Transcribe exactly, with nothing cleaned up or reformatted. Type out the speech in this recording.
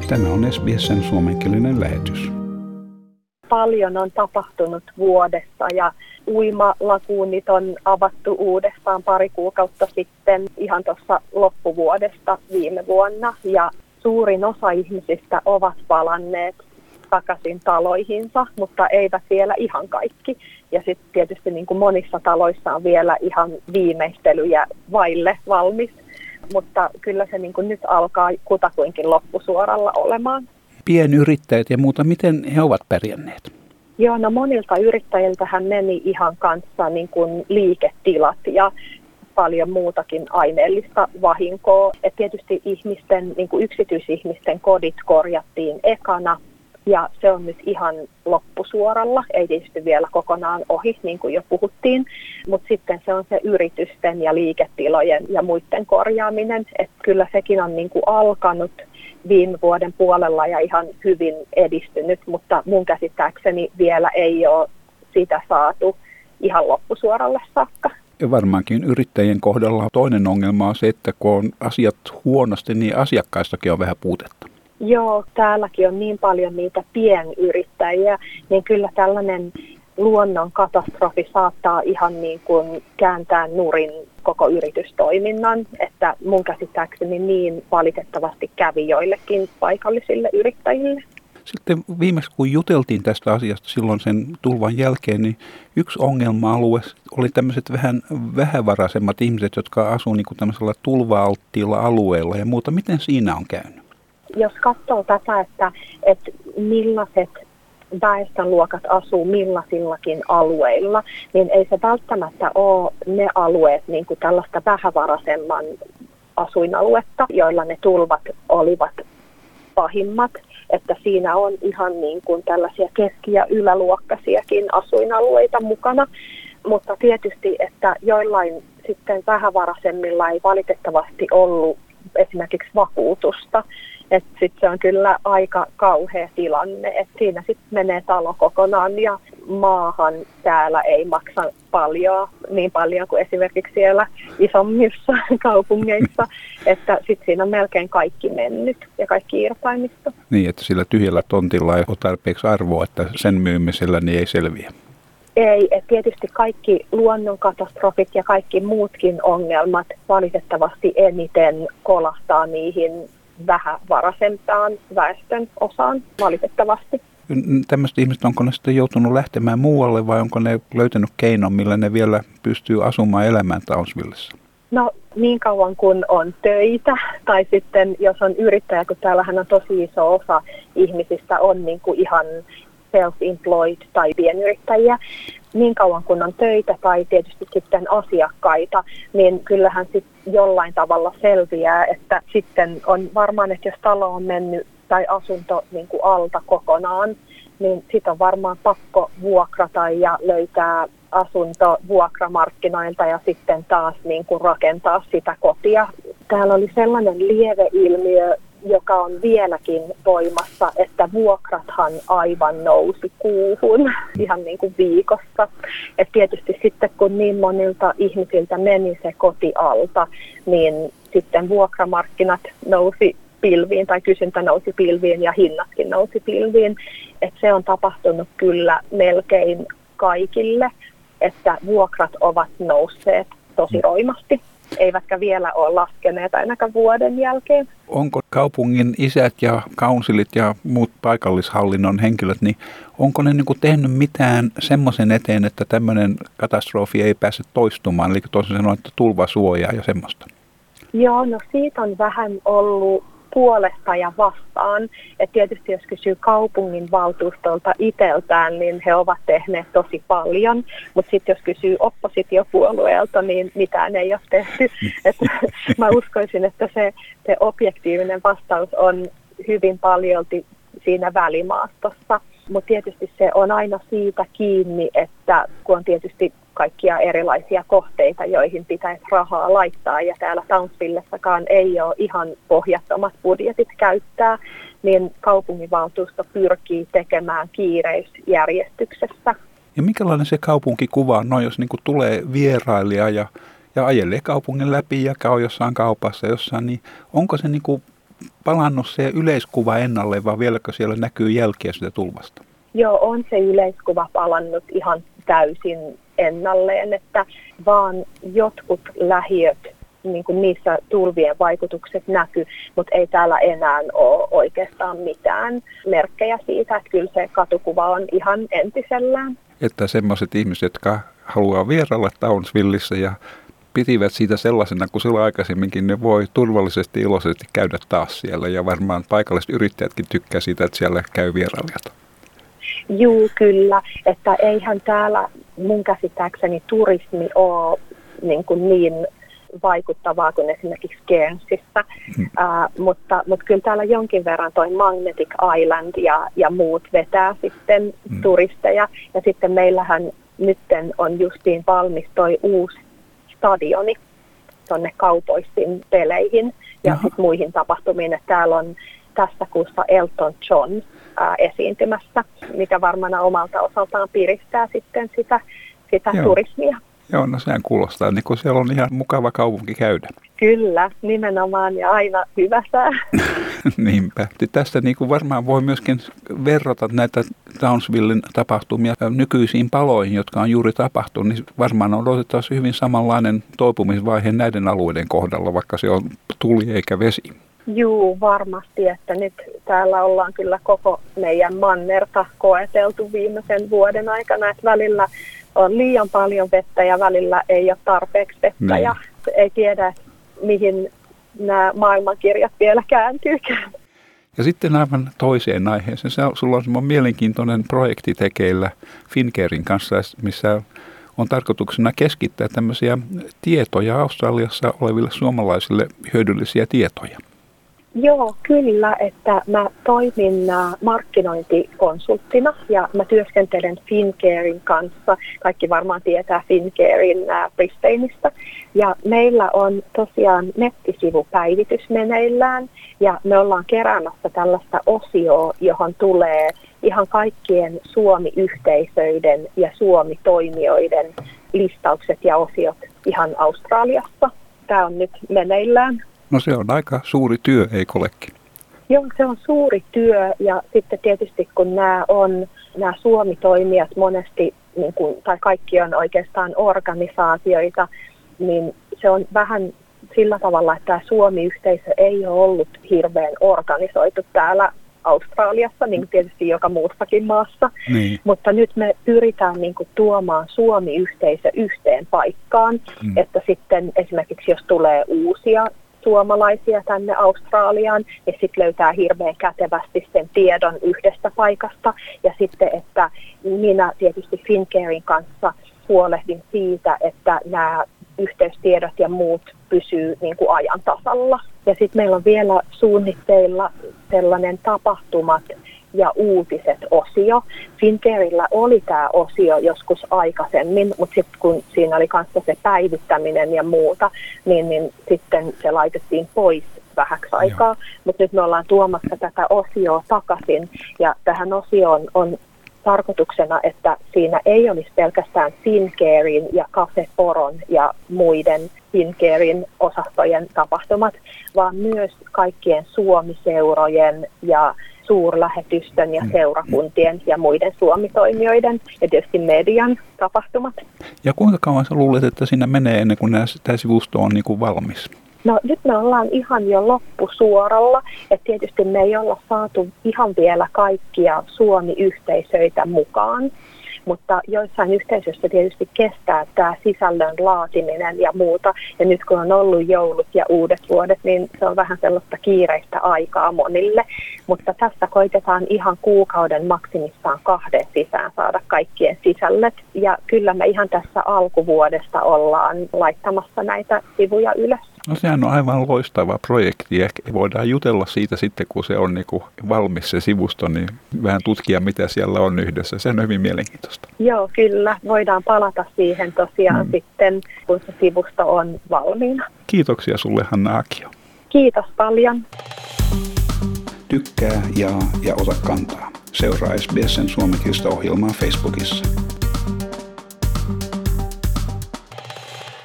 Tämä on S B S:n suomenkielinen lähetys. Paljon on tapahtunut vuodessa ja uimalakuunit on avattu uudestaan pari kuukautta sitten ihan tuossa loppuvuodesta viime vuonna. Ja suurin osa ihmisistä ovat palanneet takaisin taloihinsa, mutta eivät vielä ihan kaikki. Ja sitten tietysti niin kuin monissa taloissa on vielä ihan viimeistelyjä vaille valmis, mutta kyllä se niin kuin nyt alkaa kutakuinkin loppusuoralla olemaan. Pienyrittäjät ja muuta, miten he ovat pärjänneet? Joo, no monilta yrittäjiltähän meni ihan kanssa niin kuin liiketilat ja paljon muutakin aineellista vahinkoa. Et tietysti ihmisten, niin kuin yksityisihmisten kodit korjattiin ekana ja se on nyt ihan loppusuoralla, ei tietysti vielä kokonaan ohi, niin kuin jo puhuttiin, mutta sitten se on se yritysten ja liiketilojen ja muiden korjaaminen, että kyllä sekin on niin kuin alkanut viime vuoden puolella ja ihan hyvin edistynyt, mutta mun käsittääkseni vielä ei ole sitä saatu ihan loppusuoralle saakka. Ja varmaankin yrittäjien kohdalla toinen ongelma on se, että kun on asiat huonosti, niin asiakkaistakin on vähän puutetta. Joo, täälläkin on niin paljon niitä pienyrittäjiä, niin kyllä tällainen luonnon katastrofi saattaa ihan niin kuin kääntää nurin koko yritystoiminnan, että mun käsittääkseni niin valitettavasti kävi joillekin paikallisille yrittäjille. Sitten viimeksi kun juteltiin tästä asiasta silloin sen tulvan jälkeen, niin yksi ongelma-alue oli tämmöiset vähän vähävaraisemmat ihmiset, jotka asuu niin kuin tämmöisellä tulva-alttiilla alueella ja muuta. Miten siinä on käynyt? Jos katsoo tätä, että, että millaiset väestönluokat asuu millaisillakin alueilla, niin ei se välttämättä ole ne alueet niin kuin tällaista vähävaraisemman asuinaluetta, joilla ne tulvat olivat pahimmat, että siinä on ihan niin kuin tällaisia keski- ja yläluokkaisiakin asuinalueita mukana, mutta tietysti, että joillain sitten vähävaraisemmilla ei valitettavasti ollut esimerkiksi vakuutusta, että sitten se on kyllä aika kauhea tilanne, että siinä sitten menee talo kokonaan ja maahan täällä ei maksa paljon, niin paljon kuin esimerkiksi siellä isommissa kaupungeissa, että sitten siinä on melkein kaikki mennyt ja kaikki irtaimisto. Niin, että sillä tyhjällä tontilla ei ole tarpeeksi arvoa, että sen myymisellä niin ei selviä. Ei, että tietysti kaikki luonnonkatastrofit ja kaikki muutkin ongelmat valitettavasti eniten kolahtaa niihin vähävaraisempaan väestön osaan valitettavasti. Tämmöiset ihmiset, onko ne sitten joutunut lähtemään muualle vai onko ne löytänyt keinon, millä ne vielä pystyy asumaan elämään Townsvillessä? No niin kauan kun on töitä tai sitten jos on yrittäjä, kun täällähän on tosi iso osa ihmisistä on niin kuin ihan self-employed tai pienyrittäjiä, niin kauan kun on töitä tai tietysti sitten asiakkaita, niin kyllähän sitten jollain tavalla selviää, että sitten on varmaan, että jos talo on mennyt tai asunto niin kuin alta kokonaan, niin sitten on varmaan pakko vuokrata ja löytää asunto vuokramarkkinoilta ja sitten taas niin kuin rakentaa sitä kotia. Täällä oli sellainen lieveilmiö, joka on vieläkin voimassa, että vuokrathan aivan nousi kuuhun ihan niin kuin viikossa. Et tietysti sitten kun niin monilta ihmisiltä meni se koti alta, niin sitten vuokramarkkinat nousi pilviin tai kysyntä nousi pilviin ja hinnatkin nousi pilviin. Et se on tapahtunut kyllä melkein kaikille, että vuokrat ovat nousseet tosi roimasti. Eivätkä vielä ole laskeneet ainakaan vuoden jälkeen. Onko kaupungin isät ja kaunsilit ja muut paikallishallinnon henkilöt, niin onko ne niin kuin tehnyt mitään semmoisen eteen, että tämmöinen katastrofi ei pääse toistumaan, eli toisin sanoen, että tulvasuojaa ja semmoista? Joo, no siitä on vähän ollut puolesta ja vastaan. Et tietysti jos kysyy kaupungin valtuustolta itseltään, niin he ovat tehneet tosi paljon, mutta sitten jos kysyy oppositiopuolueelta, niin mitään ei ole tehty. Et mä uskoisin, että se, se objektiivinen vastaus on hyvin paljolti siinä välimaastossa, mutta tietysti se on aina siitä kiinni, että kun on tietysti kaikkia erilaisia kohteita, joihin pitäisi rahaa laittaa, ja täällä Townsvillessakaan ei ole ihan pohjattomat budjetit käyttää, niin kaupunginvaltuusto pyrkii tekemään kiireisjärjestyksessä. Ja minkälainen se kaupunkikuva on, no, jos niin kuin tulee vierailija ja, ja ajelee kaupungin läpi ja käy jossain kaupassa jossain, niin onko se niin kuin palannut se yleiskuva ennalleen, vai vieläkö siellä näkyy jälkiä sitä tulvasta? Joo, on se yleiskuva palannut ihan täysin ennalleen, että vaan jotkut lähiöt, niin kuin niissä tulvien vaikutukset näkyy, mutta ei täällä enää ole oikeastaan mitään merkkejä siitä, että kyllä se katukuva on ihan entisellään. Että semmoiset ihmiset, jotka haluaa vierailla Townsvillessä ja pitivät siitä sellaisena kuin silloin aikaisemminkin, ne voi turvallisesti iloisesti käydä taas siellä, ja varmaan paikalliset yrittäjätkin tykkää siitä, että siellä käy vierailijat. Juu, kyllä, että eihän täällä mun käsittääkseni turismi ole niin, kuin niin vaikuttavaa kuin esimerkiksi Guernseyissä, hmm. uh, mutta, mutta kyllä täällä jonkin verran toi Magnetic Island ja, ja muut vetää sitten hmm. turisteja, ja sitten meillähän nytten on justiin valmis toi uusi stadioni tuonne Cowboysin peleihin ja sitten muihin tapahtumiin, että täällä on tässä kuussa Elton John ää, esiintymässä, mikä varmaan omalta osaltaan piristää sitten sitä, sitä turismia. Joo, no sehän kuulostaa, niin kuin siellä on ihan mukava kaupunki käydä. Kyllä, nimenomaan, ja aina hyvä sää. Niinpä. Tästä niin kuin varmaan voi myöskin verrata näitä Townsvillen tapahtumia nykyisiin paloihin, jotka on juuri tapahtunut, niin varmaan on odotettavasti hyvin samanlainen toipumisvaihe näiden alueiden kohdalla, vaikka se on tuli eikä vesi. Juu, varmasti, että nyt täällä ollaan kyllä koko meidän mannerta koeteltu viimeisen vuoden aikana, että välillä on liian paljon vettä ja välillä ei ole tarpeeksi vettä niin. Ja ei tiedä, mihin nämä maailmankirjat vielä kääntyykään. Ja sitten aivan toiseen aiheeseen. Sulla on semmoinen mielenkiintoinen projekti tekeillä Fincarein kanssa, missä on tarkoituksena keskittää tämmöisiä tietoja Australiassa oleville suomalaisille, hyödyllisiä tietoja. Joo, kyllä, että mä toimin markkinointikonsulttina ja mä työskentelen Fincarein kanssa. Kaikki varmaan tietää Fincarein Brisbaneista. Ja meillä on tosiaan nettisivupäivitys meneillään ja me ollaan keräämässä tällaista osioa, johon tulee ihan kaikkien Suomi-yhteisöiden ja Suomi-toimijoiden listaukset ja osiot ihan Australiassa. Tämä on nyt meneillään. No se on aika suuri työ, eikö olekin? Joo, se on suuri työ ja sitten tietysti kun nämä on, nämä Suomi-toimijat monesti, niin kuin, tai kaikki on oikeastaan organisaatioita, niin se on vähän sillä tavalla, että tämä Suomi-yhteisö ei ole ollut hirveän organisoitu täällä Australiassa, niin kuin tietysti joka muussakin maassa, niin. Mutta nyt me pyritään niin kuin tuomaan Suomi-yhteisö yhteen paikkaan, mm. että sitten esimerkiksi jos tulee uusia suomalaisia tänne Australiaan, ja sitten löytää hirveän kätevästi sen tiedon yhdestä paikasta. Ja sitten, että minä tietysti Fincarein kanssa huolehdin siitä, että nämä yhteystiedot ja muut pysyy niin kuin ajan tasalla. Ja sitten meillä on vielä suunnitteilla sellainen tapahtumat ja uutiset-osio. Fincareilla oli tämä osio joskus aikaisemmin, mutta sitten kun siinä oli kanssa se päivittäminen ja muuta, niin, niin sitten se laitettiin pois vähäksi aikaa. Mutta nyt me ollaan tuomassa tätä osioa takaisin, ja tähän osioon on tarkoituksena, että siinä ei olisi pelkästään Fincarein ja Cafe Poron ja muiden Fincarein osastojen tapahtumat, vaan myös kaikkien Suomi-seurojen ja suurlähetystön ja seurakuntien ja muiden Suomi-toimijoiden ja tietysti median tapahtumat. Ja kuinka kauan sä luulet, että siinä menee ennen kuin tämä sivusto on niin kuin valmis? No nyt me ollaan ihan jo loppusuoralla, että tietysti me ei olla saatu ihan vielä kaikkia Suomi-yhteisöitä mukaan, mutta joissain yhteisöissä tietysti kestää tämä sisällön laatiminen ja muuta, ja nyt kun on ollut joulut ja uudet vuodet, niin se on vähän sellaista kiireistä aikaa monille, mutta tässä koitetaan ihan kuukauden maksimissaan kahden sisään saada kaikkien sisällöt, ja kyllä me ihan tässä alkuvuodesta ollaan laittamassa näitä sivuja ylös. No sehän on aivan loistava projekti, ja voidaan jutella siitä sitten, kun se on niin kuin valmis se sivusto, niin vähän tutkia, mitä siellä on yhdessä. Se on hyvin mielenkiintoista. Joo, kyllä. Voidaan palata siihen tosiaan mm. sitten, kun se sivusto on valmiina. Kiitoksia sulle, Hanna Akio. Kiitos paljon. Tykkää, jaa ja ota kantaa. Seuraa S B S:n suomenkielistä ohjelmaa Facebookissa.